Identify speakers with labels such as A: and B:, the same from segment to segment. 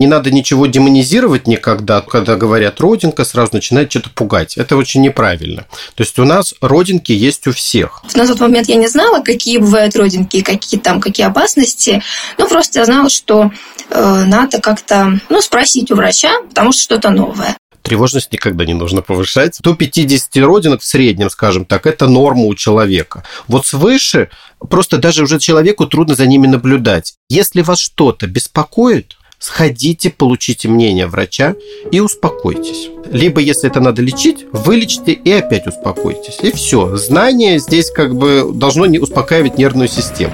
A: Не надо ничего демонизировать никогда. Когда говорят родинка, сразу начинает что-то пугать. Это очень неправильно. То есть у нас родинки есть у всех.
B: На тот момент я не знала, какие бывают родинки, какие опасности. Просто я знала, что надо как-то спросить у врача, потому что что-то новое.
A: Тревожность никогда не нужно повышать. До 50 родинок в среднем, скажем так, это норма у человека. Вот свыше просто даже уже человеку трудно за ними наблюдать. Если вас что-то беспокоит, сходите, получите мнение врача и успокойтесь. Либо, если это надо лечить, вылечите и опять успокойтесь. И все. Знание здесь должно не успокаивать нервную систему.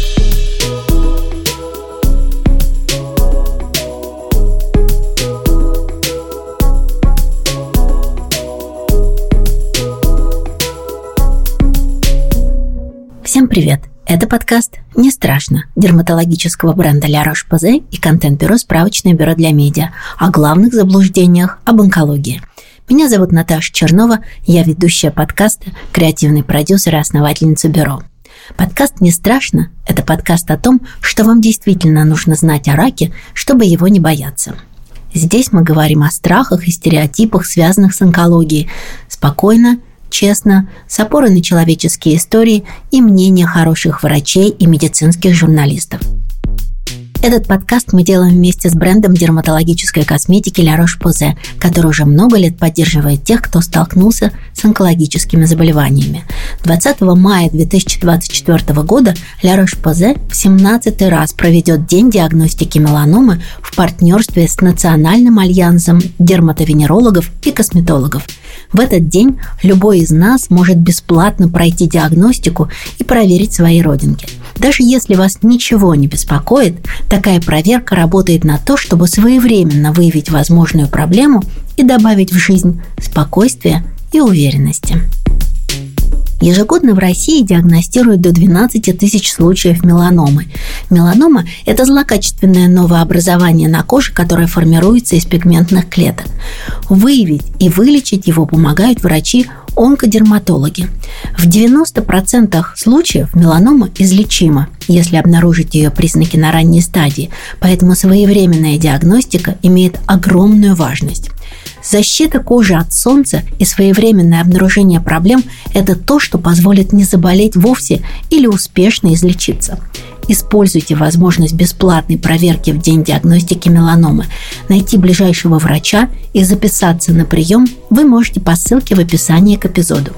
C: Всем привет! Это подкаст «Не страшно» дерматологического бренда La Roche-Posay и контент-бюро «Справочное бюро для медиа» о главных заблуждениях об онкологии. Меня зовут Наташа Чернова, я ведущая подкаста, креативный продюсер и основательница бюро. Подкаст «Не страшно» – это подкаст о том, что вам действительно нужно знать о раке, чтобы его не бояться. Здесь мы говорим о страхах и стереотипах, связанных с онкологией, спокойно, честно, с опорой на человеческие истории и мнения хороших врачей и медицинских журналистов. Этот подкаст мы делаем вместе с брендом дерматологической косметики La Roche-Posay, который уже много лет поддерживает тех, кто столкнулся с онкологическими заболеваниями. 20 мая 2024 года La Roche-Posay в 17-й раз проведет День диагностики меланомы в партнерстве с Национальным альянсом дерматовенерологов и косметологов. В этот день любой из нас может бесплатно пройти диагностику и проверить свои родинки. Даже если вас ничего не беспокоит, такая проверка работает на то, чтобы своевременно выявить возможную проблему и добавить в жизнь спокойствия и уверенности. Ежегодно в России диагностируют до 12 тысяч случаев меланомы. Меланома – это злокачественное новообразование на коже, которое формируется из пигментных клеток. Выявить и вылечить его помогают врачи-онкодерматологи. В 90% случаев меланома излечима, если обнаружить ее признаки на ранней стадии, поэтому своевременная диагностика имеет огромную важность. Защита кожи от солнца и своевременное обнаружение проблем – это то, что позволит не заболеть вовсе или успешно излечиться. Используйте возможность бесплатной проверки в день диагностики меланомы. Найти ближайшего врача и записаться на прием вы можете по ссылке в описании к эпизоду.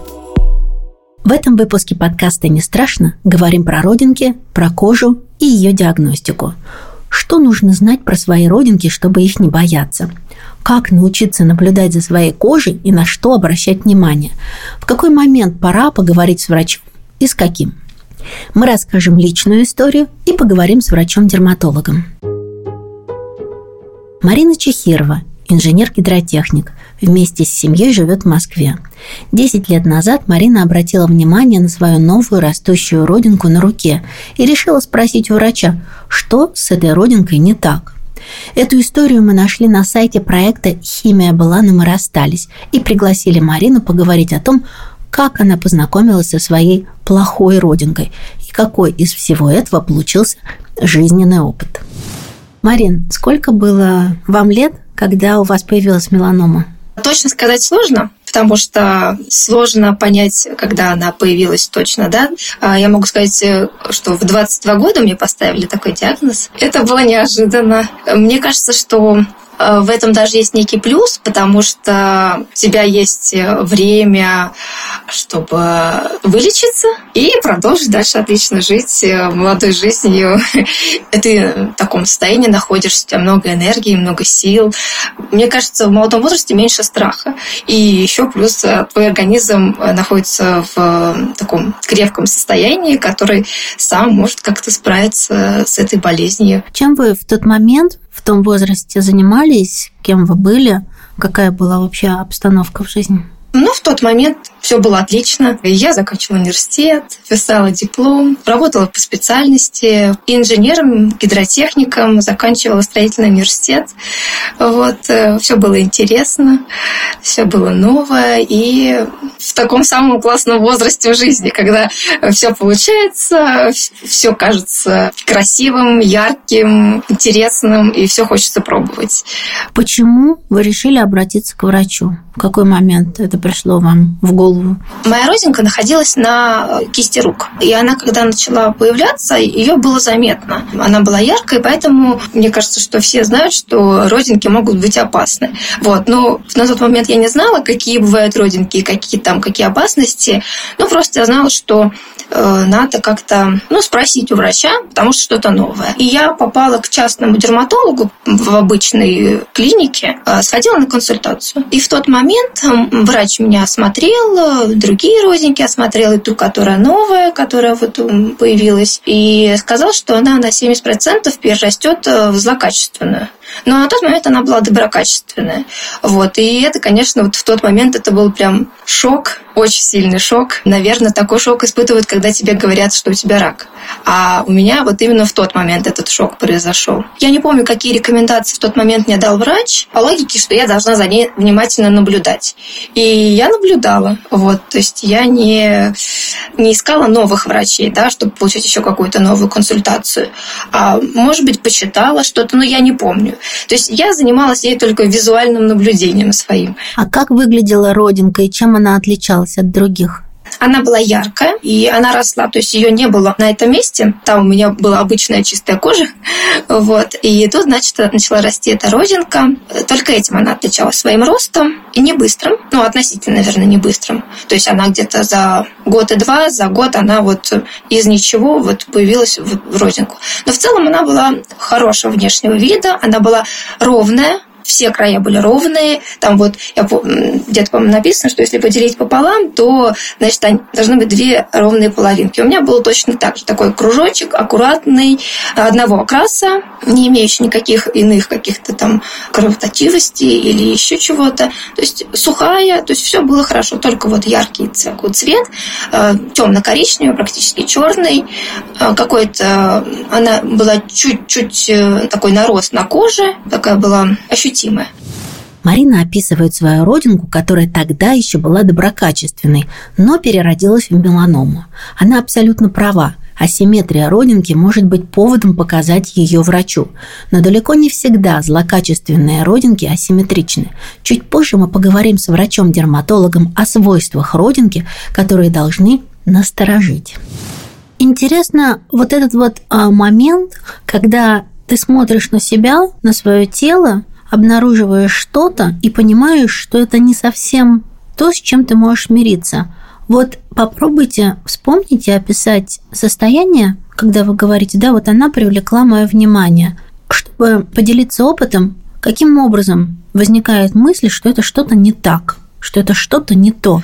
C: В этом выпуске подкаста «Не страшно» говорим про родинки, про кожу и ее диагностику. Что нужно знать про свои родинки, чтобы их не бояться? Как научиться наблюдать за своей кожей и на что обращать внимание? В какой момент пора поговорить с врачом и с каким? Мы расскажем личную историю и поговорим с врачом-дерматологом. Марина Чехирова, инженер-гидротехник, вместе с семьей живет в Москве. 10 лет назад Марина обратила внимание на свою новую растущую родинку на руке и решила спросить у врача, что с этой родинкой не так. Эту историю мы нашли на сайте проекта «Химия была, но мы расстались» и пригласили Марину поговорить о том, как она познакомилась со своей плохой родинкой и какой из всего этого получился жизненный опыт. Марин, сколько было вам лет, когда у вас появилась меланома?
B: Точно сказать сложно, потому что сложно понять, когда она появилась точно, да. Я могу сказать, что в 22 года мне поставили такой диагноз. Это было неожиданно. Мне кажется, что в этом даже есть некий плюс, потому что у тебя есть время, чтобы вылечиться и продолжить дальше отлично жить молодой жизнью. Ты в таком состоянии находишься, у тебя много энергии, много сил. Мне кажется, в молодом возрасте меньше страха. И еще плюс твой организм находится в таком крепком состоянии, который сам может как-то справиться с этой болезнью.
C: Чем вы в тот момент, в том возрасте занимались, кем вы были, какая была вообще обстановка в жизни?
B: Но в тот момент все было отлично. Я заканчивала университет, писала диплом, работала по специальности, инженером, гидротехником, заканчивала строительный университет. Все было интересно, все было новое. И в таком самом классном возрасте в жизни, когда все получается, все кажется красивым, ярким, интересным, и все хочется пробовать.
C: Почему вы решили обратиться к врачу? В какой момент это пришло вам в голову?
B: Моя родинка находилась на кисти рук. И она, когда начала появляться, ее было заметно. Она была яркой, поэтому мне кажется, что все знают, что родинки могут быть опасны. Но на тот момент я не знала, какие бывают родинки и какие опасности. Просто я знала, что надо как-то спросить у врача, потому что что-то новое. И я попала к частному дерматологу в обычной клинике, сходила на консультацию. И в тот момент врач меня осмотрел, другие родинки осмотрел, и ту, которая новая, которая появилась, и сказал, что она на 70% перерастет в злокачественную. Но на тот момент она была доброкачественная. И это, конечно, в тот момент это был прям шок, очень сильный шок. Наверное, такой шок испытывают, когда тебе говорят, что у тебя рак. А у меня именно в тот момент этот шок произошел. Я не помню, какие рекомендации в тот момент мне дал врач. По логике, что я должна за ней внимательно наблюдать. И я наблюдала. То есть я не искала новых врачей, чтобы получить еще какую-то новую консультацию. А, может быть, почитала что-то, но я не помню. То есть я занималась ей только визуальным наблюдением своим.
C: А как выглядела родинка и чем она отличалась от других?
B: Она была яркая, и она росла, то есть ее не было на этом месте. Там у меня была обычная чистая кожа. И тут, начала расти эта родинка. Только этим она отличалась своим ростом и не быстрым. Относительно, наверное, не быстрым. То есть она где-то за год и два, за год она из ничего появилась в родинку. Но в целом она была хорошего внешнего вида, она была ровная. Все края были ровные. Там где-то, по-моему, написано, что если поделить пополам, то, должны быть две ровные половинки. У меня было точно так же. Такой кружочек, аккуратный, одного окраса, не имеющий никаких иных каких-то там кровоточивостей или еще чего-то. То есть сухая, то есть все было хорошо. Только яркий цвет, темно-коричневый, практически черный. Какой-то она была чуть-чуть такой нарост на коже, такая была ощутимая.
C: Марина описывает свою родинку, которая тогда еще была доброкачественной, но переродилась в меланому. Она абсолютно права. Асимметрия родинки может быть поводом показать ее врачу. Но далеко не всегда злокачественные родинки асимметричны. Чуть позже мы поговорим с врачом-дерматологом о свойствах родинки, которые должны насторожить. Интересно этот момент, когда ты смотришь на себя, на свое тело, обнаруживаешь что-то и понимаешь, что это не совсем то, с чем ты можешь мириться. Попробуйте вспомнить и описать состояние, когда вы говорите, она привлекла мое внимание, чтобы поделиться опытом, каким образом возникает мысль, что это что-то не так, что это что-то не то.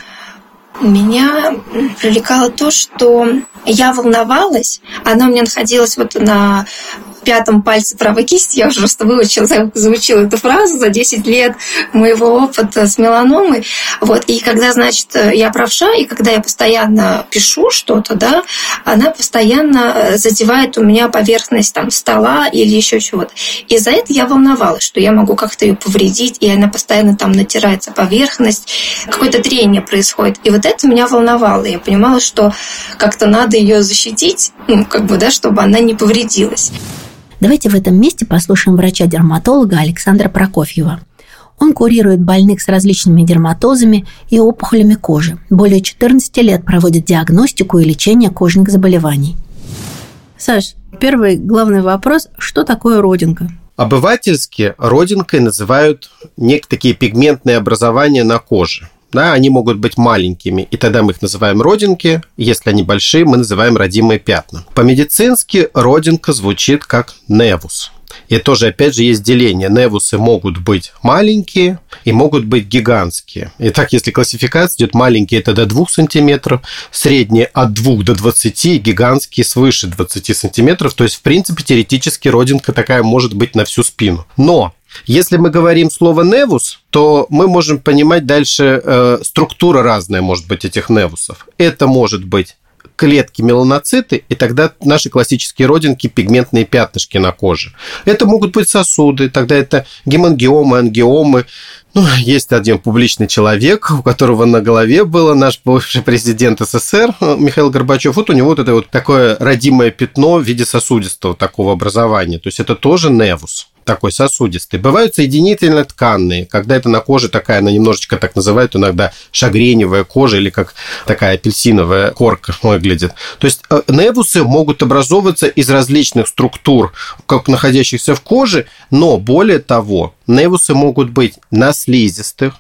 B: Меня привлекало то, что я волновалась. Она у меня находилась на пятом пальце правой кисти. Я уже просто заучила эту фразу за 10 лет моего опыта с меланомой. И когда, я правша, и когда я постоянно пишу что-то, она постоянно задевает у меня поверхность стола или еще чего-то. И за это я волновалась, что я могу как-то ее повредить, и она постоянно натирается поверхность. Какое-то трение происходит. И это меня волновало. Я понимала, что как-то надо ее защитить, чтобы она не повредилась.
C: Давайте в этом месте послушаем врача-дерматолога Александра Прокофьева. Он курирует больных с различными дерматозами и опухолями кожи. Более 14 лет проводит диагностику и лечение кожных заболеваний. Саш, первый главный вопрос – что такое родинка?
A: Обывательски родинкой называют некие такие пигментные образования на коже. Они могут быть маленькими, и тогда мы их называем родинки. Если они большие, мы называем родимые пятна. По-медицински родинка звучит как невус. И тоже, опять же, есть деление. Невусы могут быть маленькие и могут быть гигантские. Итак, если классификация идет, маленькие – это до 2 сантиметров, средние – от 2 до 20, гигантские – свыше 20 сантиметров. То есть, в принципе, теоретически родинка такая может быть на всю спину. Но Если мы говорим слово «невус», то мы можем понимать дальше, структура разная может быть этих невусов. Это может быть клетки меланоциты, и тогда наши классические родинки, пигментные пятнышки на коже. Это могут быть сосуды, тогда это гемангиомы, ангиомы. Есть один публичный человек, у которого на голове был наш бывший президент СССР Михаил Горбачев. Вот у него это вот такое родимое пятно в виде сосудистого такого образования. То есть это тоже невус, такой сосудистый. Бывают соединительно-тканные, когда это на коже такая, она немножечко так называют иногда шагреневая кожа или как такая апельсиновая корка выглядит. То есть невусы могут образовываться из различных структур, как находящихся в коже, но более того, невусы могут быть на слизистой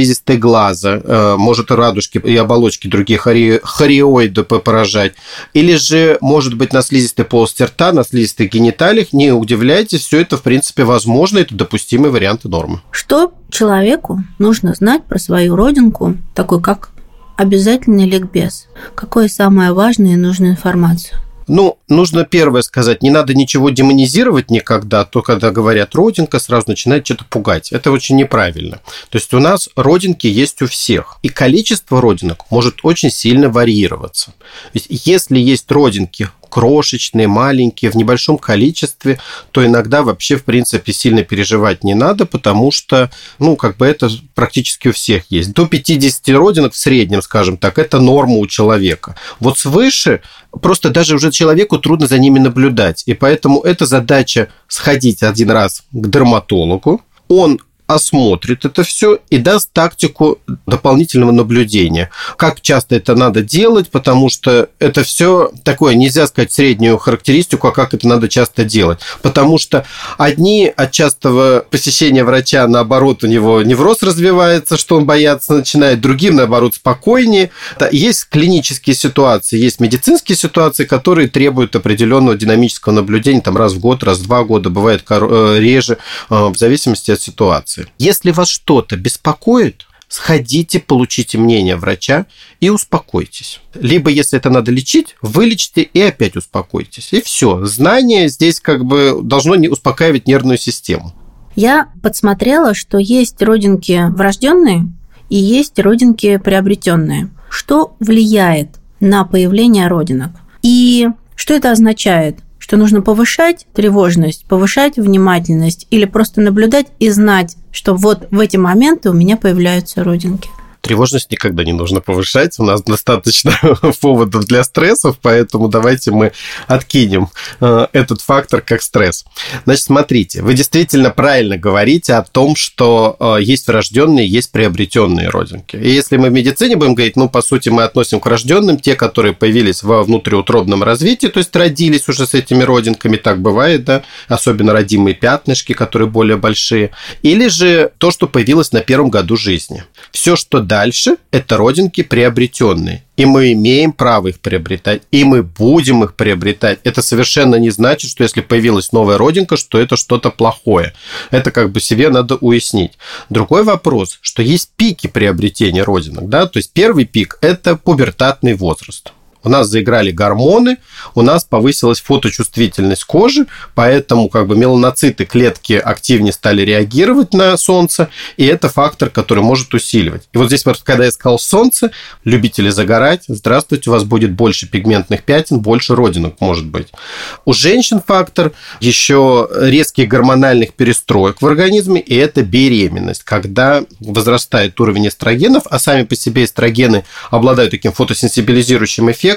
A: глаза, может и радужки и оболочки других хореоиды поражать, или же может быть на слизистой полости рта, на слизистых гениталиях. Не удивляйтесь, все это в принципе возможно, это допустимые варианты нормы.
C: Что человеку нужно знать про свою родинку, такой как обязательный ликбез? Какую самую важную и нужную информацию?
A: Нужно первое сказать, не надо ничего демонизировать никогда, то когда говорят родинка, сразу начинает что-то пугать. Это очень неправильно. То есть у нас родинки есть у всех, и количество родинок может очень сильно варьироваться. Если есть родинки крошечные, маленькие, в небольшом количестве, то иногда вообще, в принципе, сильно переживать не надо, потому что, это практически у всех есть. До 50 родинок в среднем, скажем так, это норма у человека. Вот свыше просто даже уже человеку трудно за ними наблюдать, и поэтому эта задача сходить один раз к дерматологу, он осмотрит это все и даст тактику дополнительного наблюдения. Как часто это надо делать, потому что это все такое, нельзя сказать среднюю характеристику, а как это надо часто делать. Потому что одни от частого посещения врача, наоборот, у него невроз развивается, что он бояться начинает, другим, наоборот, спокойнее. Есть клинические ситуации, есть медицинские ситуации, которые требуют определенного динамического наблюдения раз в год, раз в 2 года, бывает реже, в зависимости от ситуации. Если вас что-то беспокоит, сходите, получите мнение врача и успокойтесь. Либо, если это надо лечить, вылечите и опять успокойтесь. И все. Знание здесь должно успокаивать нервную систему.
C: Я подсмотрела, что есть родинки врожденные и есть родинки приобретенные. Что влияет на появление родинок? И что это означает? Что нужно повышать тревожность, повышать внимательность или просто наблюдать и знать, что вот в эти моменты у меня появляются родинки?
A: Тревожность никогда не нужно повышать. У нас достаточно поводов для стрессов, поэтому давайте мы откинем этот фактор как стресс. Значит, смотрите, вы действительно правильно говорите о том, что есть врожденные, есть приобретенные родинки. И если мы в медицине будем говорить, по сути, мы относим к врожденным те, которые появились во внутриутробном развитии, то есть родились уже с этими родинками, так бывает, да, особенно родимые пятнышки, которые более большие, или же то, что появилось на первом году жизни. Все, что дальше, это родинки приобретенные. И мы имеем право их приобретать, и мы будем их приобретать. Это совершенно не значит, что если появилась новая родинка, что это что-то плохое. Это себе надо уяснить. Другой вопрос, что есть пики приобретения родинок. Да? То есть первый пик – это пубертатный возраст. У нас заиграли гормоны, у нас повысилась фоточувствительность кожи, поэтому меланоциты, клетки активнее стали реагировать на солнце, и это фактор, который может усиливать. И вот здесь, когда я сказал солнце, любители загорать, здравствуйте, у вас будет больше пигментных пятен, больше родинок может быть. У женщин фактор еще резких гормональных перестроек в организме, и это беременность, когда возрастает уровень эстрогенов, а сами по себе эстрогены обладают таким фотосенсибилизирующим эффектом,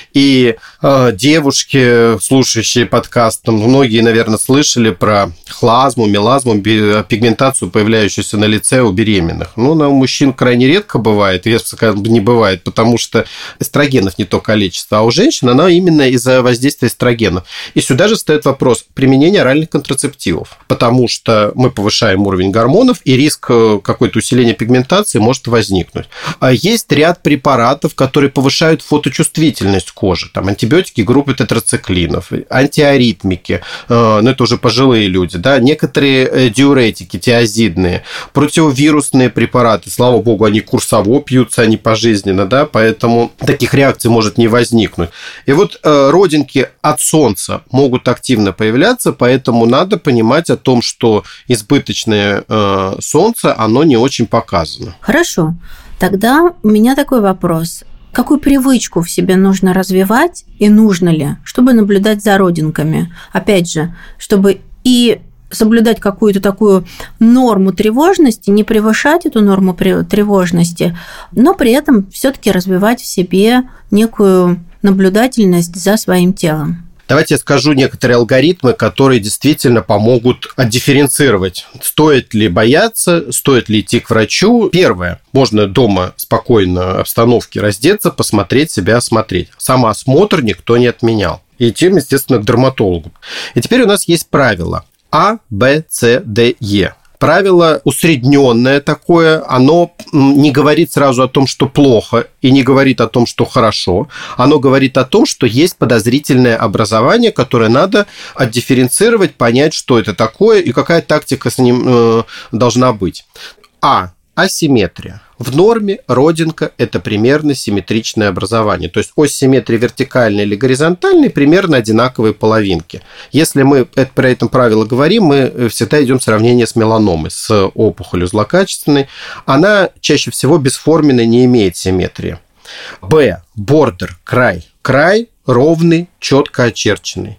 A: и девушки, слушающие подкаст, многие, наверное, слышали про хлазму, мелазму, пигментацию, появляющуюся на лице у беременных. У мужчин крайне редко бывает, если не бывает, потому что эстрогенов не то количество, а у женщин она именно из-за воздействия эстрогенов. И сюда же встает вопрос применения оральных контрацептивов, потому что мы повышаем уровень гормонов, и риск какой-то усиления пигментации может возникнуть. А есть ряд препаратов, которые повышают фоточувствительность чувствительность кожи. Там антибиотики группы тетрациклинов, антиаритмики, это уже пожилые люди, да, некоторые диуретики, тиазидные, противовирусные препараты, слава богу, они курсово пьются, они пожизненно, да, поэтому таких реакций может не возникнуть. И вот родинки от солнца могут активно появляться, поэтому надо понимать о том, что избыточное солнце, оно не очень показано.
C: Хорошо. Тогда у меня такой вопрос. Какую привычку в себе нужно развивать и нужно ли, чтобы наблюдать за родинками? Опять же, чтобы и соблюдать какую-то такую норму тревожности, не превышать эту норму тревожности, но при этом все-таки развивать в себе некую наблюдательность за своим телом.
A: Давайте я скажу некоторые алгоритмы, которые действительно помогут отдифференцировать, стоит ли бояться, стоит ли идти к врачу. Первое. Можно дома спокойно в обстановке раздеться, посмотреть себя, осмотреть. Самоосмотр никто не отменял. И идти, естественно, к дерматологу. И теперь у нас есть правило А, Б, С, Д, Е. Правило усредненное такое, оно не говорит сразу о том, что плохо, и не говорит о том, что хорошо. Оно говорит о том, что есть подозрительное образование, которое надо отдифференцировать, понять, что это такое и какая тактика с ним должна быть. А. Асимметрия. В норме родинка – это примерно симметричное образование. То есть ось симметрии вертикальной или горизонтальной примерно одинаковые половинки. Если мы про это правило говорим, мы всегда идем в сравнение с меланомой, с опухолью злокачественной. Она чаще всего бесформенной, не имеет симметрии. Б. Бордер, край. Край ровный, четко очерченный.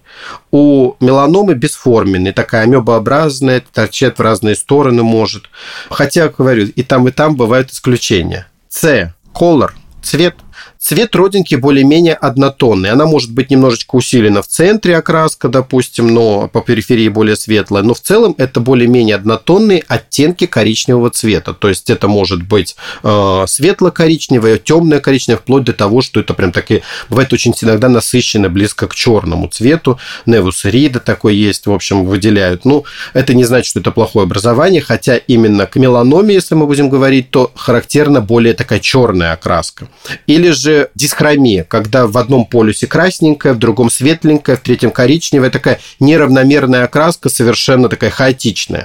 A: У меланомы бесформенный, такая амебообразная, торчит в разные стороны может. Хотя, говорю, и там бывают исключения. С. Color, цвет. Цвет родинки более-менее однотонный. Она может быть немножечко усилена в центре окраска, допустим, но по периферии более светлая. Но в целом это более-менее однотонные оттенки коричневого цвета. То есть это может быть светло-коричневое, темное коричневое, вплоть до того, что это прям такие, бывает очень иногда насыщенно, близко к черному цвету. Невус рида такой есть, в общем, выделяют. Ну, это не значит, что это плохое образование, хотя именно к меланоме, если мы будем говорить, то характерна более такая черная окраска. Или же дисхромия, когда в одном полюсе красненькая, в другом светленькая, в третьем коричневая, такая неравномерная окраска, совершенно такая хаотичная.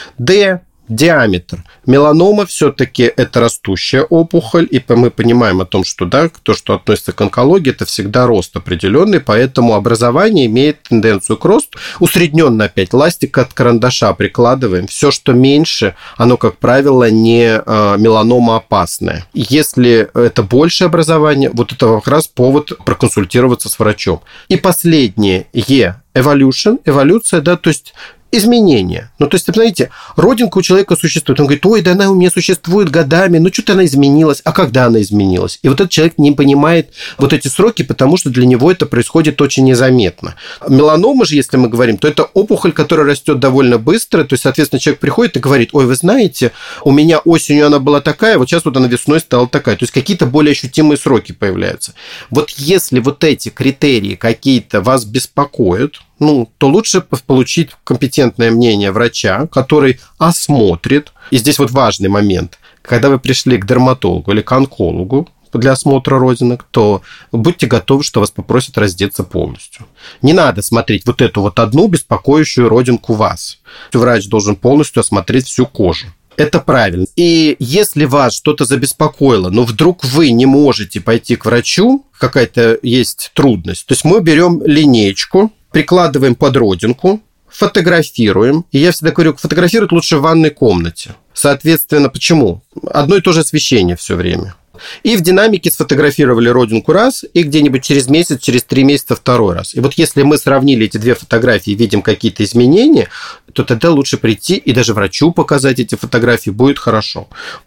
A: Д. Диаметр. Меланома все-таки это растущая опухоль, и мы понимаем о том, что да, то, что относится к онкологии, это всегда рост определенный, поэтому образование имеет тенденцию к росту. Усредненно опять, ластик от карандаша прикладываем. Все, что меньше, оно, как правило, не меланома опасная. Если это большее образование, вот это как раз повод проконсультироваться с врачом. И последнее, Е. Evolution, эволюция, да, то есть изменения. Ну, то есть, знаете, родинка у человека существует. Он говорит, ой, да она у меня существует годами, ну, что-то она изменилась. А когда она изменилась? И вот этот человек не понимает вот эти сроки, потому что для него это происходит очень незаметно. Меланома же, если мы говорим, то это опухоль, которая растет довольно быстро. То есть, соответственно, человек приходит и говорит, ой, вы знаете, у меня осенью она была такая, вот сейчас вот она весной стала такая. То есть, какие-то более ощутимые сроки появляются. Вот если вот эти критерии какие-то вас беспокоят, ну, то лучше получить компетентное мнение врача, который осмотрит. И здесь вот важный момент. Когда вы пришли к дерматологу или к онкологу для осмотра родинок, то будьте готовы, что вас попросят раздеться полностью. Не надо смотреть вот эту вот одну беспокоящую родинку вас. Врач должен полностью осмотреть всю кожу. Это правильно. И если вас что-то забеспокоило, но вдруг вы не можете пойти к врачу, какая-то есть трудность, то есть мы берем линеечку, прикладываем под родинку, фотографируем. И я всегда говорю, фотографировать лучше в ванной комнате. Соответственно, почему? Одно и то же освещение все время. И в динамике сфотографировали родинку раз, и где-нибудь через месяц, через 3 месяца второй раз. И вот если мы сравнили эти две фотографии и видим какие-то изменения, то тогда лучше прийти и даже врачу показать эти фотографии, будет хорошо.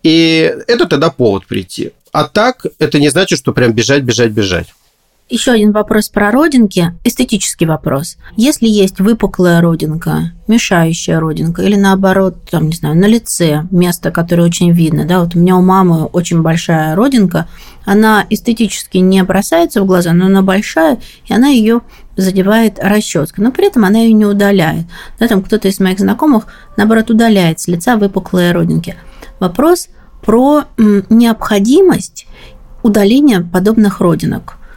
A: И это тогда повод прийти. А так, это не значит, что прям бежать.
C: Еще один вопрос про родинки, эстетический вопрос. Если есть выпуклая родинка, мешающая родинка, или наоборот, там, не знаю, на лице место, которое очень видно, да, вот у меня у мамы очень большая родинка, она эстетически не бросается в глаза, но она большая, и она ее задевает расческой, но при этом она ее не удаляет. Да, там кто-то из моих знакомых, наоборот, удаляет с лица выпуклые родинки. Вопрос про необходимость удаления подобных родинок.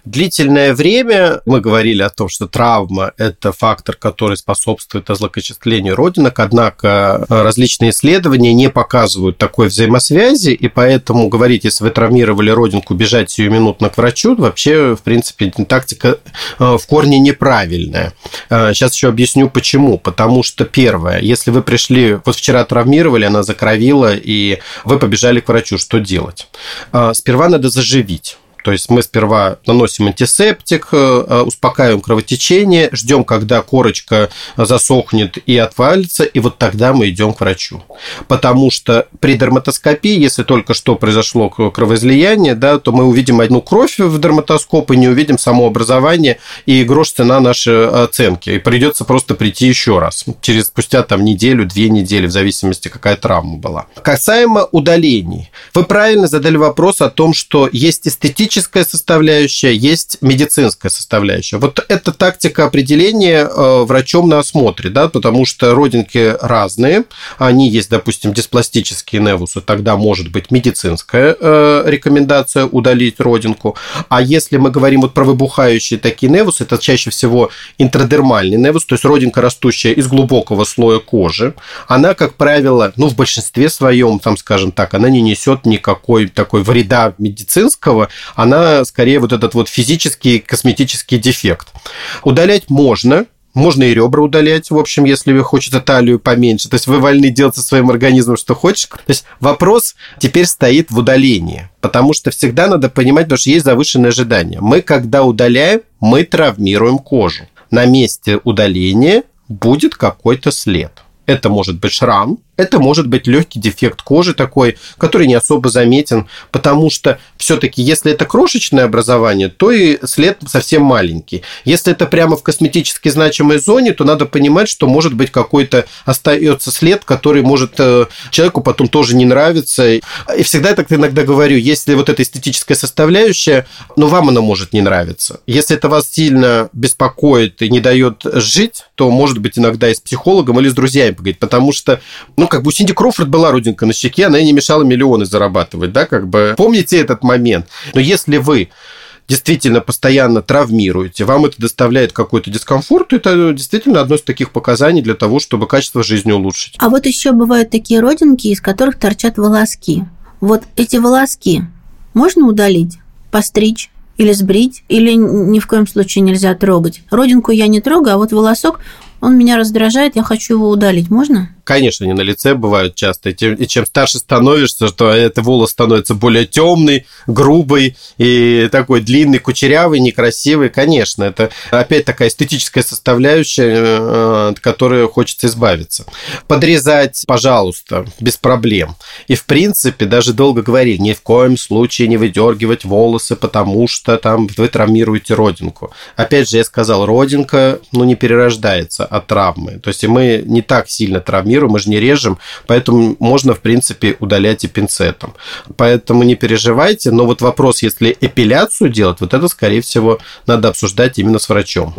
A: Длительное время мы говорили о том, что травма – это фактор, который способствует озлокочислению родинок, однако различные исследования не показывают такой взаимосвязи, и поэтому говорить, если вы травмировали родинку, бежать сиюминутно к врачу, вообще, в принципе, тактика в корне неправильная. Сейчас еще объясню, почему. Потому что, первое, если вы пришли, вот вчера травмировали, она закровила, и вы побежали к врачу, что делать? Сперва надо заживить. То есть мы сперва наносим антисептик, успокаиваем кровотечение, ждем, когда корочка засохнет и отвалится, и вот тогда мы идем к врачу. Потому что при дерматоскопии, если только что произошло кровоизлияние, да, то мы увидим одну кровь в дерматоскоп и не увидим само образование, и грош цена нашей оценки. И придется просто прийти еще раз, спустя неделю, 2 недели, в зависимости, какая травма была. Касаемо удалений. Вы правильно задали вопрос о том, что есть эстетическая составляющая, есть медицинская составляющая. Вот это тактика определения врачом на осмотре, да, потому что родинки разные. Они есть, допустим, диспластические невусы, тогда может быть медицинская рекомендация удалить родинку. А если мы говорим вот про выбухающие такие невусы, это чаще всего интрадермальный невус, то есть родинка, растущая из глубокого слоя кожи. Она, как правило, в большинстве своем, скажем так, она не несет никакой такой вреда медицинского, она скорее вот этот вот физический косметический дефект. Удалять можно и ребра удалять, в общем, если хочется талию поменьше. То есть вы вольны делать со своим организмом, что хочешь. То есть вопрос теперь стоит в удалении, потому что всегда надо понимать, потому что есть завышенные ожидания. Мы, когда удаляем, мы травмируем кожу. На месте удаления будет какой-то след. Это может быть шрам, это может быть легкий дефект кожи такой, который не особо заметен, потому что все-таки, если это крошечное образование, то и след совсем маленький. Если это прямо в косметически значимой зоне, то надо понимать, что может быть какой-то остается след, который может человеку потом тоже не нравиться. И всегда я так иногда говорю, если вот эта эстетическая составляющая, вам она может не нравиться. Если это вас сильно беспокоит и не дает жить, то, может быть, иногда и с психологом или с друзьями поговорить, потому что у Синди Кроуфорд была родинка на щеке, она ей не мешала миллионы зарабатывать, да, помните этот момент. Но если вы действительно постоянно травмируете, вам это доставляет какой-то дискомфорт, то это действительно одно из таких показаний для того, чтобы качество жизни улучшить.
C: А вот еще бывают такие родинки, из которых торчат волоски. Вот эти волоски можно удалить, постричь или сбрить, или ни в коем случае нельзя трогать? Родинку я не трогаю, а вот волосок, он меня раздражает, я хочу его удалить. Можно?
A: Конечно, они на лице бывают часто. И чем старше становишься, то этот волос становится более темный, грубый и такой длинный, кучерявый, некрасивый. Конечно, это опять такая эстетическая составляющая, от которой хочется избавиться. Подрезать, пожалуйста, без проблем. И, в принципе, даже долго говорили, ни в коем случае не выдергивать волосы, потому что вы травмируете родинку. Опять же, я сказал, родинка, не перерождается от травмы. То есть, и мы не так сильно травмируем, мы же не режем, поэтому можно, в принципе, удалять и пинцетом. Поэтому не переживайте, но вот вопрос, если эпиляцию делать, вот это, скорее всего, надо обсуждать именно с врачом.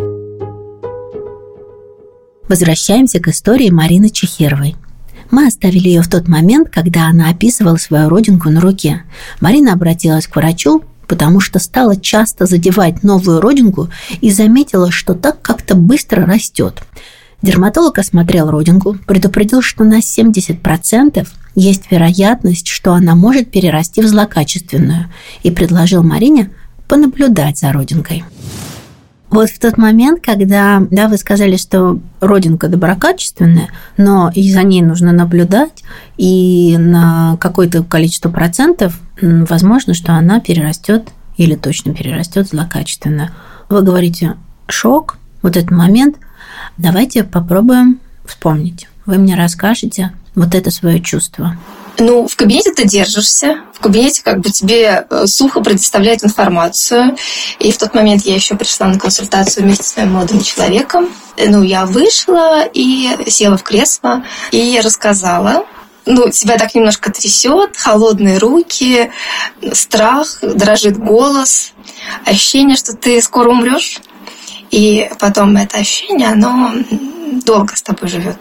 C: Возвращаемся к истории Марины Чехировой. Мы оставили ее в тот момент, когда она описывала свою родинку на руке. Марина обратилась к врачу, потому что стала часто задевать новую родинку и заметила, что так как-то быстро растет. Дерматолог осмотрел родинку, предупредил, что на 70% есть вероятность, что она может перерасти в злокачественную, и предложил Марине понаблюдать за родинкой. Вот в тот момент, когда вы сказали, что родинка доброкачественная, но и за ней нужно наблюдать, и на какое-то количество процентов возможно, что она перерастет или точно перерастет в злокачественную. Вы говорите, шок, вот этот момент. Давайте попробуем вспомнить. Вы мне расскажете вот это свое чувство.
B: В кабинете ты держишься, в кабинете тебе сухо предоставляют информацию. И в тот момент я еще пришла на консультацию вместе с моим молодым человеком. Я вышла и села в кресло и рассказала. Тебя так немножко трясет, холодные руки, страх, дрожит голос, ощущение, что ты скоро умрешь. И потом это ощущение, оно долго с тобой живет.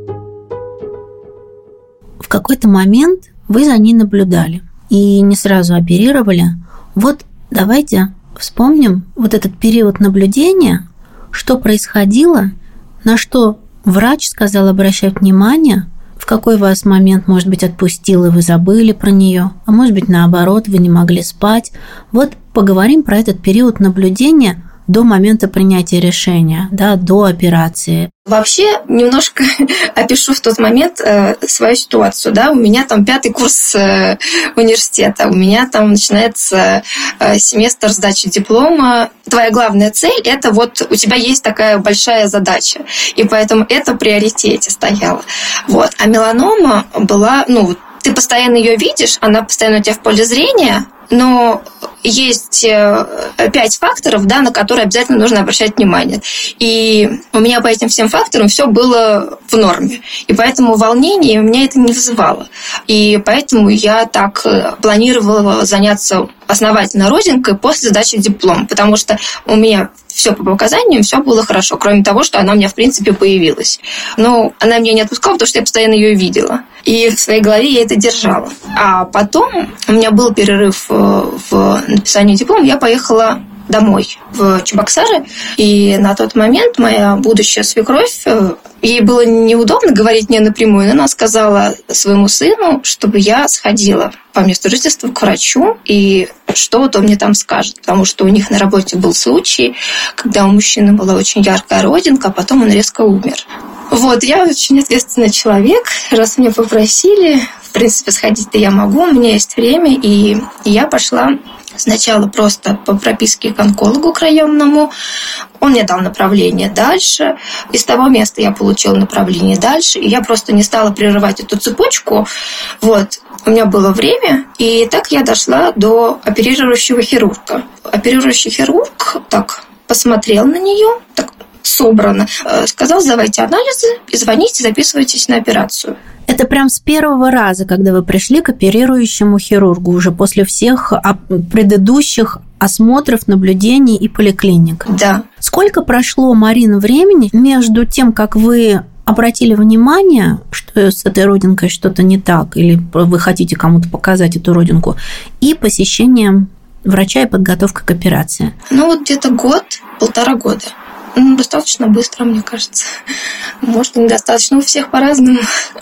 C: В какой-то момент вы за ней наблюдали и не сразу оперировали. Вот давайте вспомним вот этот период наблюдения, что происходило, на что врач сказал обращать внимание, в какой вас момент, может быть, отпустил, и вы забыли про нее, а может быть, наоборот, вы не могли спать. Вот поговорим про этот период наблюдения до момента принятия решения, да, до операции.
B: Вообще, немножко опишу в тот момент свою ситуацию. Да? У меня там 5-й курс университета, у меня там начинается семестр сдачи диплома. Твоя главная цель – это вот у тебя есть такая большая задача, и поэтому это в приоритете стояло. Вот. А меланома была, ты постоянно ее видишь, она постоянно у тебя в поле зрения, но есть 5 факторов, да, на которые обязательно нужно обращать внимание. И у меня по этим всем факторам все было в норме. И поэтому волнение у меня это не вызывало. И поэтому я так планировала заняться основательно родинкой после сдачи диплома, потому что у меня все по показаниям, все было хорошо, кроме того, что она у меня, в принципе, появилась. Но она меня не отпускала, потому что я постоянно ее видела. И в своей голове я это держала. А потом у меня был перерыв в написании диплома, я поехала домой, в Чебоксары. И на тот момент моя будущая свекровь, ей было неудобно говорить мне напрямую, но она сказала своему сыну, чтобы я сходила по месту жительства к врачу, и что вот он мне там скажет. Потому что у них на работе был случай, когда у мужчины была очень яркая родинка, а потом он резко умер. Вот, я очень ответственный человек. Раз меня попросили, в принципе, сходить-то я могу, у меня есть время, и я пошла сначала просто по прописке к онкологу к районному. Он мне дал направление дальше. Из того места я получила направление дальше, и я просто не стала прерывать эту цепочку. Вот. У меня было время, и так я дошла до оперирующего хирурга. Оперирующий хирург так посмотрел на нее, так собрано, сказал: сдавайте анализы и звоните, записывайтесь на операцию.
C: Это прям с первого раза, когда вы пришли к оперирующему хирургу, уже после всех предыдущих осмотров, наблюдений и поликлиник.
B: Да.
C: Сколько прошло, Марина, времени между тем, как вы обратили внимание, что с этой родинкой что-то не так, или вы хотите кому-то показать эту родинку, и посещением врача и подготовка к операции?
B: Где-то 1.5 года. Достаточно быстро, мне кажется. Может, недостаточно, у всех по-разному.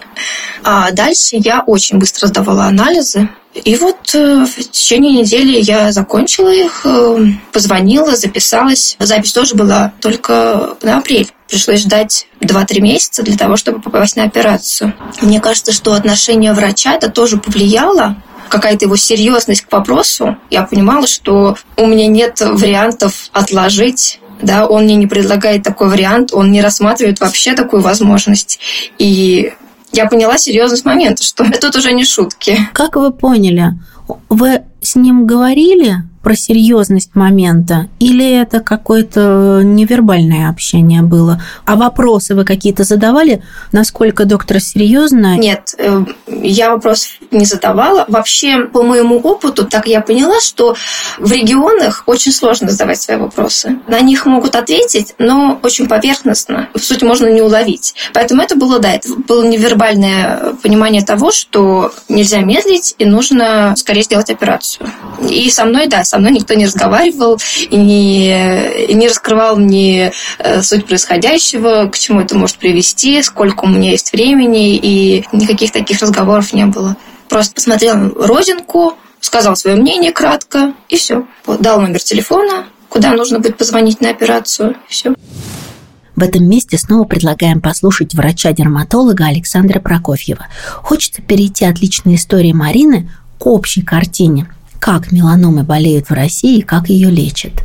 B: А дальше я очень быстро сдавала анализы. И вот в течение недели я закончила их, позвонила, записалась. Запись тоже была только на апрель. Пришлось ждать 2-3 месяца для того, чтобы попасть на операцию. Мне кажется, что отношение врача это тоже повлияло. Какая-то его серьезность к вопросу. Я понимала, что у меня нет вариантов отложить. Да, он мне не предлагает такой вариант, он не рассматривает вообще такую возможность. И я поняла серьезность момента, что тут уже не шутки.
C: Как вы поняли, вы с ним говорили про серьезность момента, или это какое-то невербальное общение было? А вопросы вы какие-то задавали? Насколько доктор серьезно?
B: Нет, я вопросов не задавала. Вообще, по моему опыту, так я поняла, что в регионах очень сложно задавать свои вопросы. На них могут ответить, но очень поверхностно. Суть можно не уловить. Поэтому это было невербальное понимание того, что нельзя медлить и нужно скорее сделать операцию. И со мной никто не разговаривал и не раскрывал мне суть происходящего, к чему это может привести, сколько у меня есть времени, и никаких таких разговоров не было. Просто посмотрел родинку, сказал свое мнение кратко, и все. Дал номер телефона, куда нужно будет позвонить на операцию, и все.
C: В этом месте снова предлагаем послушать врача-дерматолога Александра Прокофьева. Хочется перейти от личной истории Марины к общей картине. Как меланомы болеют в России и как ее лечат?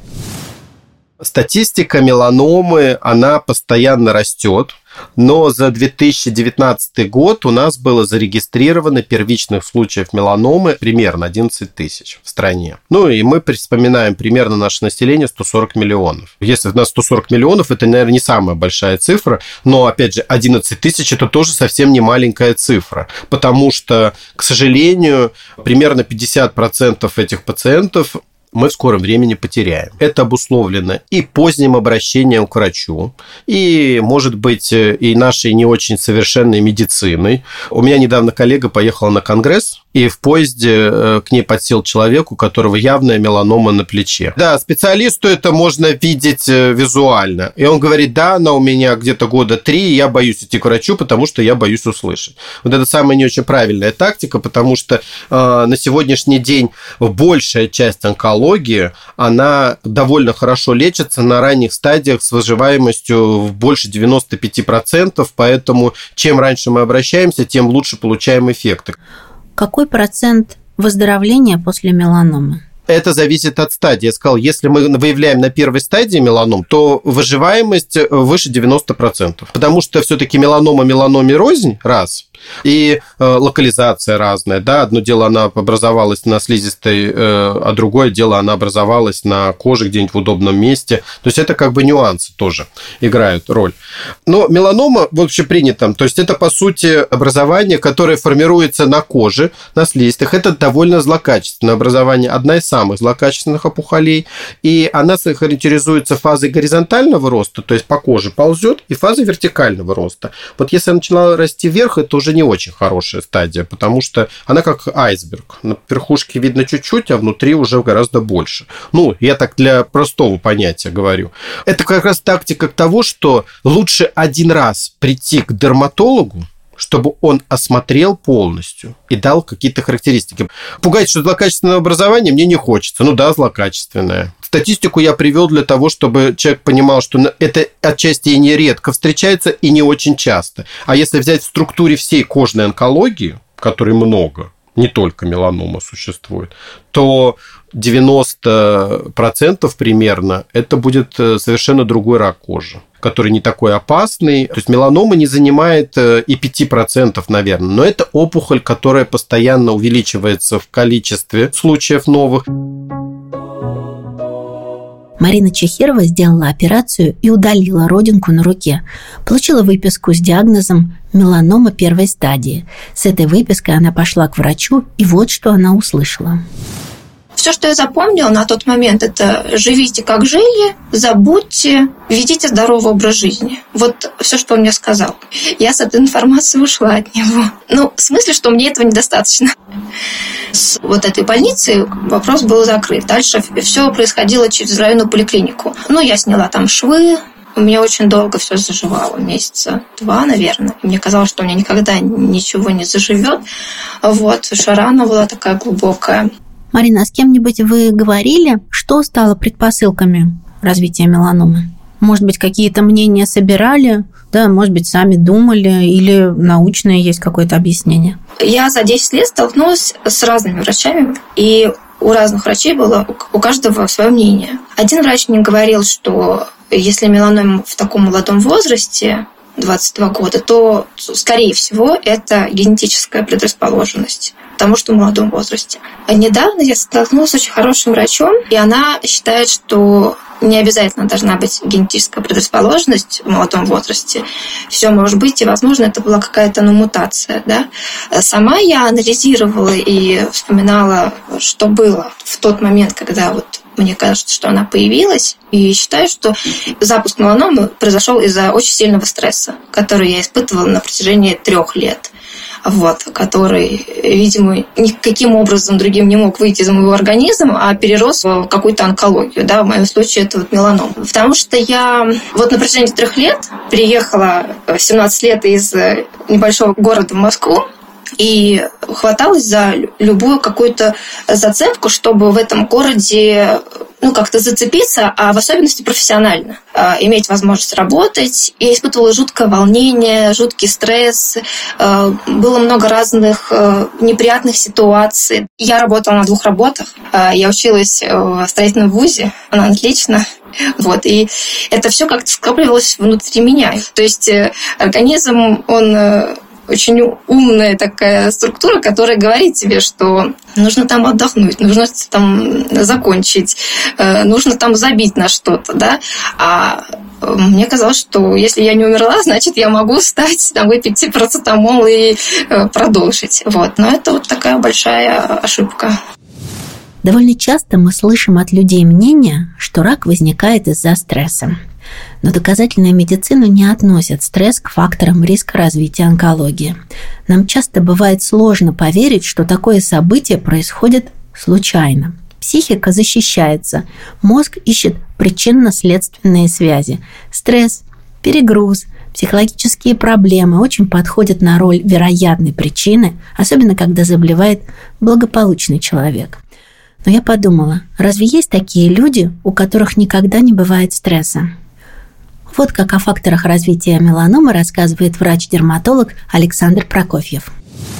A: Статистика меланомы, она постоянно растет, но за 2019 год у нас было зарегистрировано первичных случаев меланомы примерно 11 тысяч в стране. И мы вспоминаем примерно наше население 140 миллионов. Если у нас 140 миллионов, это, наверное, не самая большая цифра, но, опять же, 11 тысяч – это тоже совсем не маленькая цифра, потому что, к сожалению, примерно 50% этих пациентов мы в скором времени потеряем. Это обусловлено и поздним обращением к врачу, и, может быть, и нашей не очень совершенной медициной. У меня недавно коллега поехала на конгресс, и в поезде к ней подсел человек, у которого явная меланома на плече. Да, специалисту это можно видеть визуально. И он говорит, да, она у меня где-то года 3, и я боюсь идти к врачу, потому что я боюсь услышать. Вот это самая не очень правильная тактика, потому что на сегодняшний день большая часть онкологии, она довольно хорошо лечится на ранних стадиях с выживаемостью в больше 95%, поэтому чем раньше мы обращаемся, тем лучше получаем эффекты.
C: Какой процент выздоровления после меланомы?
A: Это зависит от стадии. Я сказал, если мы выявляем на первой стадии меланом, то выживаемость выше 90%. Потому что все-таки меланома меланоме рознь, раз, и локализация разная. Да? Одно дело, она образовалась на слизистой, а другое дело, она образовалась на коже где-нибудь в удобном месте. То есть это как бы нюансы тоже играют роль. Но меланома в общепринятом, то есть это, по сути, образование, которое формируется на коже, на слизистых. Это довольно злокачественное образование, одна из самых злокачественных опухолей, и она характеризуется фазой горизонтального роста, то есть по коже ползет, и фазой вертикального роста. Вот если она начала расти вверх, это уже не очень хорошая стадия, потому что она как айсберг. На верхушке видно чуть-чуть, а внутри уже гораздо больше. Ну, я так для простого понятия говорю. Это как раз тактика того, что лучше один раз прийти к дерматологу, чтобы он осмотрел полностью и дал какие-то характеристики. Пугать, что злокачественное образование мне не хочется. Ну да, злокачественное. Статистику я привел для того, чтобы человек понимал, что это отчасти и нередко встречается, и не очень часто. А если взять в структуре всей кожной онкологии, которой много, не только меланома существует, то 90% примерно это будет совершенно другой рак кожи, который не такой опасный. То есть меланома не занимает и 5%, наверное. Но это опухоль, которая постоянно увеличивается в количестве случаев новых.
C: Марина Чехирова сделала операцию и удалила родинку на руке. Получила выписку с диагнозом меланома первой стадии. С этой выпиской она пошла к врачу, и вот что она услышала.
B: Все, что я запомнила на тот момент, это живите как жили, забудьте, ведите здоровый образ жизни. Вот все, что он мне сказал. Я с этой информацией ушла от него. Ну, в смысле, что мне этого недостаточно. С вот этой больницей вопрос был закрыт. Дальше все происходило через районную поликлинику. Ну, я сняла там швы. У меня очень долго все заживало, месяца 2, наверное. И мне казалось, что у меня никогда ничего не заживет. Вот, шарана была такая глубокая.
C: Марина, а с кем-нибудь вы говорили, что стало предпосылками развития меланомы? Может быть, какие-то мнения собирали, да, может быть, сами думали, или научное есть какое-то объяснение? Я
B: за 10 лет столкнулась с разными врачами, и у разных врачей было у каждого свое мнение. Один врач мне говорил, что если меланома в таком молодом возрасте, 22 года, то, скорее всего, это генетическая предрасположенность, потому что в молодом возрасте. А недавно я столкнулась с очень хорошим врачом, и она считает, что не обязательно должна быть генетическая предрасположенность в молодом возрасте. Все может быть, и, возможно, это была какая-то мутация. Да? Сама я анализировала и вспоминала, что было в тот момент, когда мне кажется, что она появилась, и считаю, что запуск меланомы произошел из-за очень сильного стресса, который я испытывала на протяжении 3 лет. Который, видимо, никаким образом другим не мог выйти из моего организма, а перерос в какую-то онкологию. Да, в моем случае это меланома. Потому что я на протяжении 3 лет приехала в 17 лет из небольшого города в Москву, и хваталась за любую какую-то зацепку, чтобы в этом городе как-то зацепиться, а в особенности профессионально, иметь возможность работать. Я испытывала жуткое волнение, жуткий стресс, было много разных неприятных ситуаций. Я работала на 2 работах, я училась в строительном вузе, она отлично. И это все как-то скапливалось внутри меня. То есть организм, он очень умная такая структура, которая говорит тебе, что нужно там отдохнуть, нужно там закончить, нужно там забить на что-то, да. А мне казалось, что если я не умерла, значит, я могу встать, выпить парацетамол и продолжить. Но это такая большая ошибка.
C: Довольно часто мы слышим от людей мнение, что рак возникает из-за стресса. Но доказательная медицина не относит стресс к факторам риска развития онкологии. Нам часто бывает сложно поверить, что такое событие происходит случайно. Психика защищается, мозг ищет причинно-следственные связи. Стресс, перегруз, психологические проблемы очень подходят на роль вероятной причины, особенно когда заболевает благополучный человек. Но я подумала, разве есть такие люди, у которых никогда не бывает стресса? Вот как о факторах развития меланомы рассказывает врач-дерматолог Александр Прокофьев.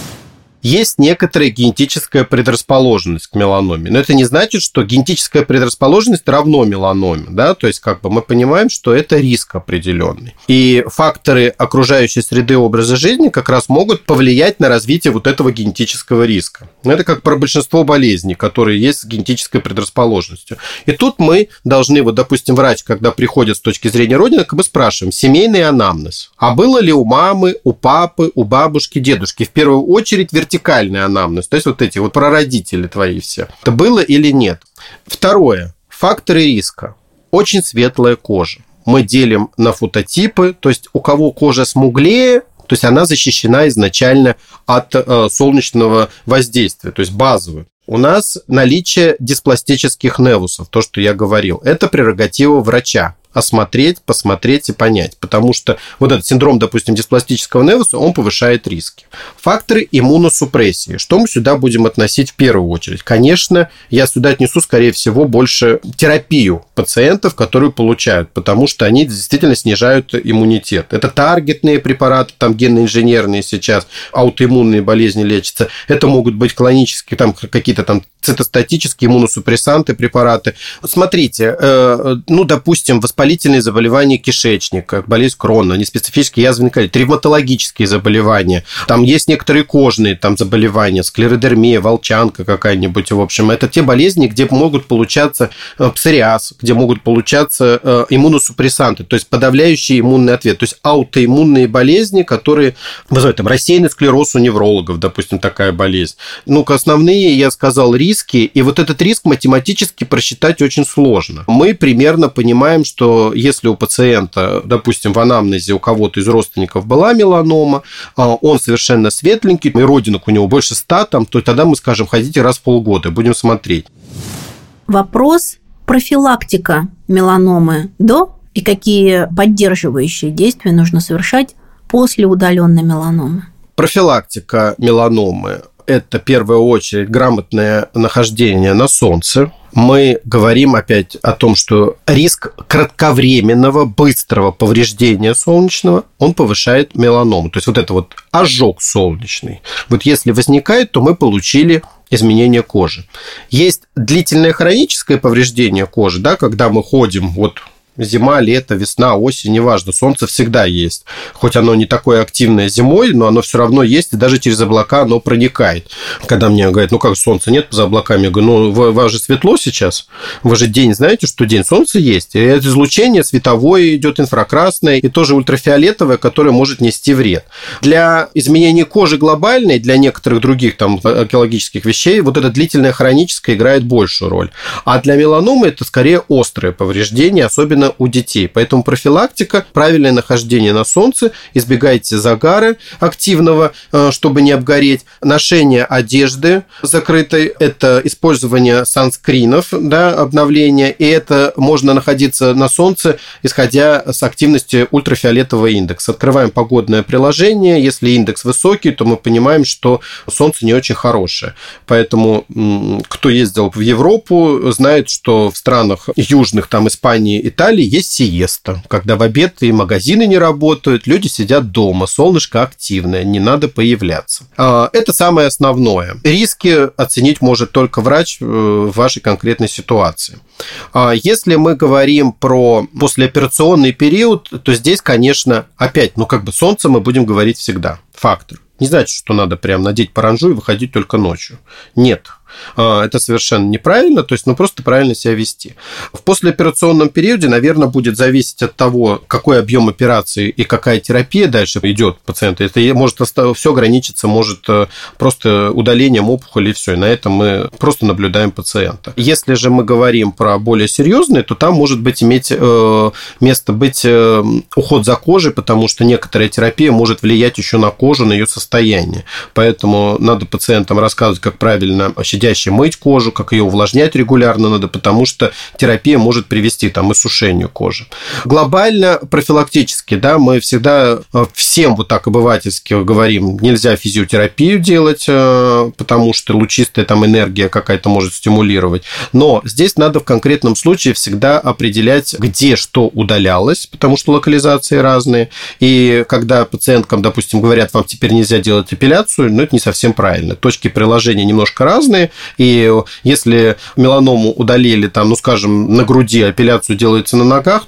A: Есть некоторая генетическая предрасположенность к меланоме. Но это не значит, что генетическая предрасположенность равно меланоме. Да? То есть мы понимаем, что это риск определенный. И факторы окружающей среды образа жизни как раз могут повлиять на развитие вот этого генетического риска. Это как про большинство болезней, которые есть с генетической предрасположенностью. И тут мы должны, допустим, врач, когда приходит с точки зрения родинок, мы спрашиваем, семейный анамнез. А было ли у мамы, у папы, у бабушки, дедушки? В первую очередь вертикальный анамнез, то есть эти прародители твои все. Это было или нет? Второе. Факторы риска. Очень светлая кожа. Мы делим на фототипы, то есть у кого кожа смуглее, то есть она защищена изначально от солнечного воздействия, то есть базовую. У нас наличие диспластических невусов, то, что я говорил, это прерогатива врача. Осмотреть, посмотреть и понять. Потому что этот синдром, допустим, диспластического невуса, он повышает риски. Факторы иммуносупрессии. Что мы сюда будем относить в первую очередь? Конечно, я сюда отнесу, скорее всего, больше терапию пациентов, которые получают, потому что они действительно снижают иммунитет. Это таргетные препараты, генно-инженерные сейчас, аутоиммунные болезни лечатся. Это могут быть клонические, какие-то цитостатические иммуносупрессанты, препараты. Смотрите, допустим, воспалительные заболевания кишечника, болезнь Крона, неспецифические язвенные колиты, ревматологические заболевания. Там есть некоторые кожные заболевания, склеродермия, волчанка какая-нибудь, в общем. Это те болезни, где могут получаться псориаз, где могут получаться иммуносупрессанты, то есть подавляющий иммунный ответ, то есть аутоиммунные болезни, которые вызывают рассеянный склероз у неврологов, допустим, такая болезнь. Основные, я сказал, риски, и этот риск математически просчитать очень сложно. Мы примерно понимаем, что если у пациента, допустим, в анамнезе у кого-то из родственников была меланома, он совершенно светленький, и родинок у него больше 100, то тогда мы скажем, ходите раз в полгода, будем смотреть.
C: Вопрос профилактика меланомы до и какие поддерживающие действия нужно совершать после удаленной меланомы.
A: Профилактика меланомы – это, в первую очередь, грамотное нахождение на солнце. Мы говорим опять о том, что риск кратковременного, быстрого повреждения солнечного, он повышает меланому. То есть это ожог солнечный. Если возникает, то мы получили изменение кожи. Есть длительное хроническое повреждение кожи, когда мы ходим зима, лето, весна, осень, неважно, солнце всегда есть. Хоть оно не такое активное зимой, но оно все равно есть, и даже через облака оно проникает. Когда мне говорят, как солнца нет за облаками, я говорю, вас же светло сейчас, вы же день знаете, что день, солнце есть, и это излучение световое идет, инфракрасное, и тоже ультрафиолетовое, которое может нести вред. Для изменения кожи глобальной, для некоторых других экологических вещей, это длительное хроническое играет большую роль. А для меланомы это скорее острое повреждение, особенно у детей. Поэтому профилактика, правильное нахождение на солнце, избегайте загара активного, чтобы не обгореть, ношение одежды закрытой, это использование санскринов, обновление, и это можно находиться на солнце, исходя с активности ультрафиолетового индекса. Открываем погодное приложение, если индекс высокий, то мы понимаем, что солнце не очень хорошее. Поэтому, кто ездил в Европу, знает, что в странах южных, Испании, Италии, есть сиеста, когда в обед и магазины не работают, люди сидят дома, солнышко активное, не надо появляться. Это самое основное. Риски оценить может только врач в вашей конкретной ситуации. Если мы говорим про послеоперационный период, то здесь, конечно, опять, солнце мы будем говорить всегда. Фактор. Не значит, что надо прям надеть паранджу и выходить только ночью. Нет. Это совершенно неправильно, то есть, просто правильно себя вести. В послеоперационном периоде, наверное, будет зависеть от того, какой объем операции и какая терапия дальше идет пациенту. Это может все ограничиться, может просто удалением опухоли, и все. И на этом мы просто наблюдаем пациента. Если же мы говорим про более серьезные, то там может быть иметь место быть уход за кожей, потому что некоторая терапия может влиять еще на кожу, на ее состояние. Поэтому надо пациентам рассказывать, как правильно щадяще мыть кожу, как ее увлажнять регулярно надо, потому что терапия может привести к иссушению кожи. Глобально, профилактически, мы всегда всем вот так обывательски говорим, нельзя физиотерапию делать, потому что лучистая энергия какая-то может стимулировать. Но здесь надо в конкретном случае всегда определять, где что удалялось, потому что локализации разные. И когда пациенткам, допустим, говорят, вам теперь нельзя делать эпиляцию, это не совсем правильно. Точки приложения немножко разные. И если меланому удалили, скажем, на груди, эпиляцию делается на ногах,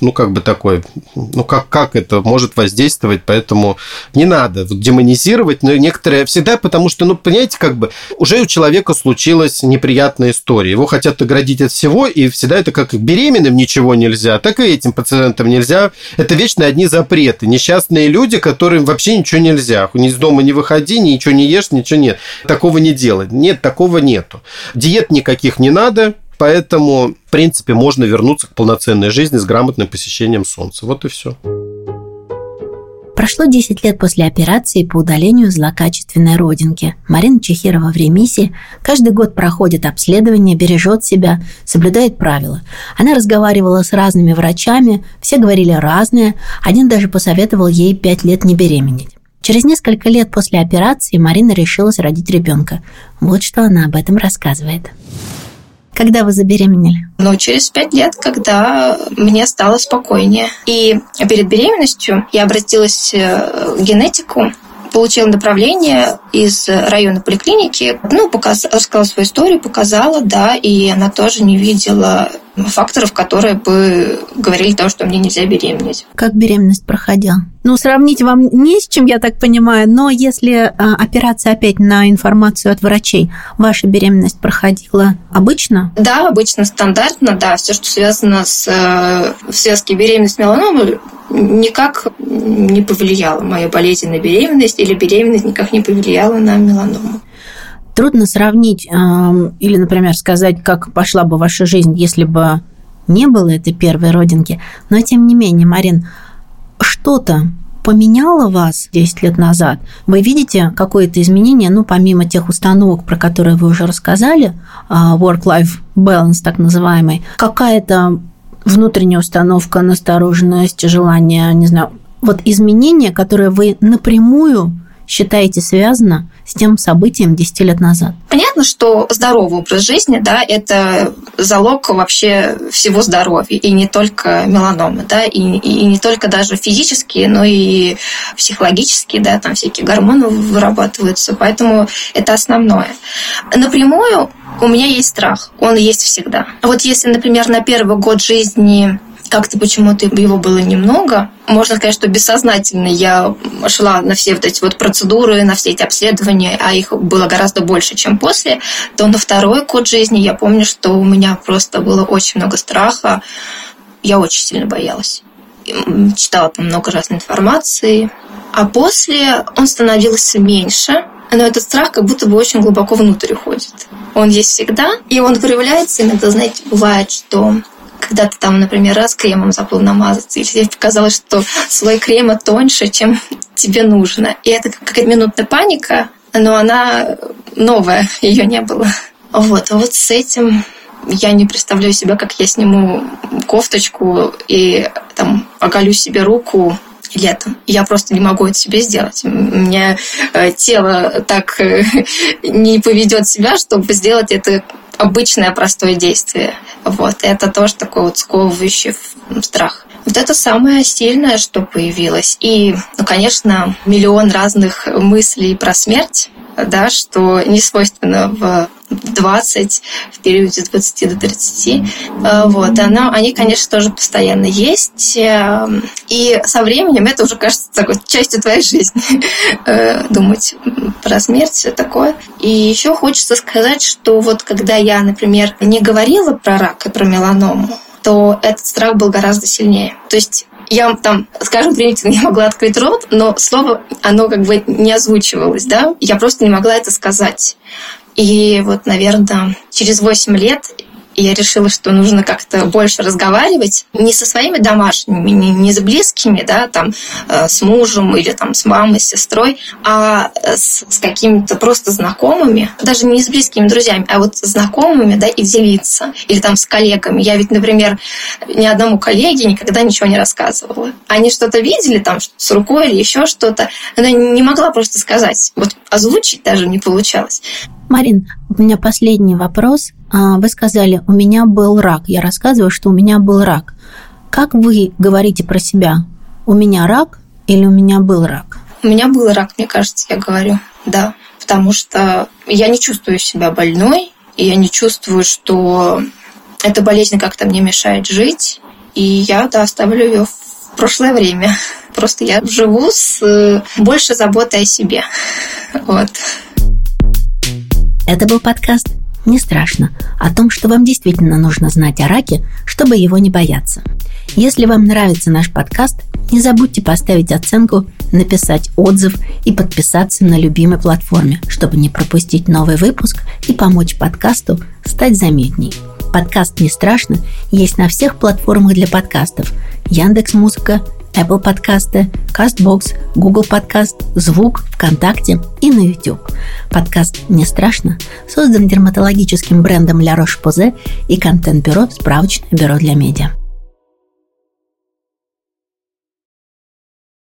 A: как это может воздействовать, поэтому не надо демонизировать, но некоторые всегда, потому что, понимаете, уже у человека случилась неприятная история, его хотят оградить от всего, и всегда это как беременным ничего нельзя, так и этим пациентам нельзя. Это вечно одни запреты, несчастные люди, которым вообще ничего нельзя, из дома не выходи, ничего не ешь, ничего нет, такого не делай. Нет, такого нету. Диет никаких не надо, поэтому, в принципе, можно вернуться к полноценной жизни с грамотным посещением солнца. Вот и все.
C: Прошло 10 лет после операции по удалению злокачественной родинки. Марина Чехирова в ремиссии, каждый год проходит обследование, бережет себя, соблюдает правила. Она разговаривала с разными врачами, все говорили разное, один даже посоветовал ей 5 лет не беременеть. Через несколько лет после операции Марина решилась родить ребенка. Вот что она об этом рассказывает. Когда вы забеременели?
B: Через 5 лет, когда мне стало спокойнее. И перед беременностью я обратилась к генетику, получила направление из района поликлиники, рассказала свою историю, показала, и она тоже не видела факторов, которые бы говорили о том, что мне нельзя беременеть.
C: Как беременность проходила? Сравнить вам не с чем, я так понимаю, но если опираться опять на информацию от врачей, ваша беременность проходила обычно?
B: Да, обычно, стандартно, да. Все, что связано с связкой беременность меланомы, никак не повлияло. Моя болезнь на беременность или беременность никак не повлияла на меланому.
C: Трудно сравнить или, например, сказать, как пошла бы ваша жизнь, если бы не было этой первой родинки. Но, тем не менее, Марин, что-то поменяло вас 10 лет назад? Вы видите какое-то изменение, помимо тех установок, про которые вы уже рассказали, work-life balance так называемый, какая-то внутренняя установка, настороженность, желание, не знаю, изменение, которое вы напрямую считаете связано с тем событием 10 лет назад?
B: Понятно, что здоровый образ жизни, это залог вообще всего здоровья, и не только меланомы, и не только даже физические, но и психологические, там всякие гормоны вырабатываются, поэтому это основное. Напрямую у меня есть страх, он есть всегда. Если, например, на первый год жизни как-то почему-то его было немного. Можно сказать, что бессознательно я шла на все эти процедуры, на все эти обследования, а их было гораздо больше, чем после. То на второй год жизни я помню, что у меня просто было очень много страха. Я очень сильно боялась. Читала там много разной информации. А после он становился меньше, но этот страх как будто бы очень глубоко внутрь уходит. Он есть всегда, и он проявляется иногда, знаете, бывает, что когда ты там, например, раз кремом забыл намазаться, и тебе показалось, что слой крема тоньше, чем тебе нужно. И это какая-то минутная паника, но она новая, ее не было. А вот с этим я не представляю себя, как я сниму кофточку и там оголю себе руку летом. Я просто не могу это себе сделать. У меня тело так не поведет себя, чтобы сделать это обычное простое действие. Это тоже такой сковывающий страх. Это самое сильное, что появилось. И, конечно, миллион разных мыслей про смерть, что не свойственно в в 20, в периоде с 20 до 30. Вот. Они, конечно, тоже постоянно есть. И со временем это уже кажется такой частью твоей жизни. Думать про смерть, все такое. И еще хочется сказать, что вот когда я, например, не говорила про рак и про меланому, то этот страх был гораздо сильнее. То есть я там, скажем, примитивно, я могла открыть рот, но слово, оно как бы не озвучивалось, да? Я просто не могла это сказать. И вот, наверное, через 8 лет я решила, что нужно как-то больше разговаривать не со своими домашними, не с близкими, да, там, с мужем или там, с мамой, с сестрой, а с какими-то просто знакомыми, даже не с близкими друзьями, а вот с знакомыми, да, и делиться. Или там с коллегами. Я ведь, например, ни одному коллеге никогда ничего не рассказывала. Они что-то видели там с рукой или еще что-то, но я не могла просто сказать. Вот озвучить даже не получалось.
C: Марин, у меня последний вопрос. Вы сказали, у меня был рак. Я рассказываю, что у меня был рак. Как вы говорите про себя? У меня рак или у меня был рак?
B: У меня был рак, мне кажется, я говорю. Да, потому что я не чувствую себя больной, и я не чувствую, что эта болезнь как-то мне мешает жить. И я, да, оставлю ее в прошлое время. Просто я живу с больше заботой о себе. Вот.
C: Это был подкаст «Не страшно» о том, что вам действительно нужно знать о раке, чтобы его не бояться. Если вам нравится наш подкаст, не забудьте поставить оценку, написать отзыв и подписаться на любимой платформе, чтобы не пропустить новый выпуск и помочь подкасту стать заметней. Подкаст «Не страшно» есть на всех платформах для подкастов: Яндекс.Музыка, Apple подкасты, Castbox, Google подкаст, Звук, ВКонтакте и на YouTube. Подкаст «Не страшно» создан дерматологическим брендом La Roche-Posay и контент-бюро «Справочное бюро для медиа».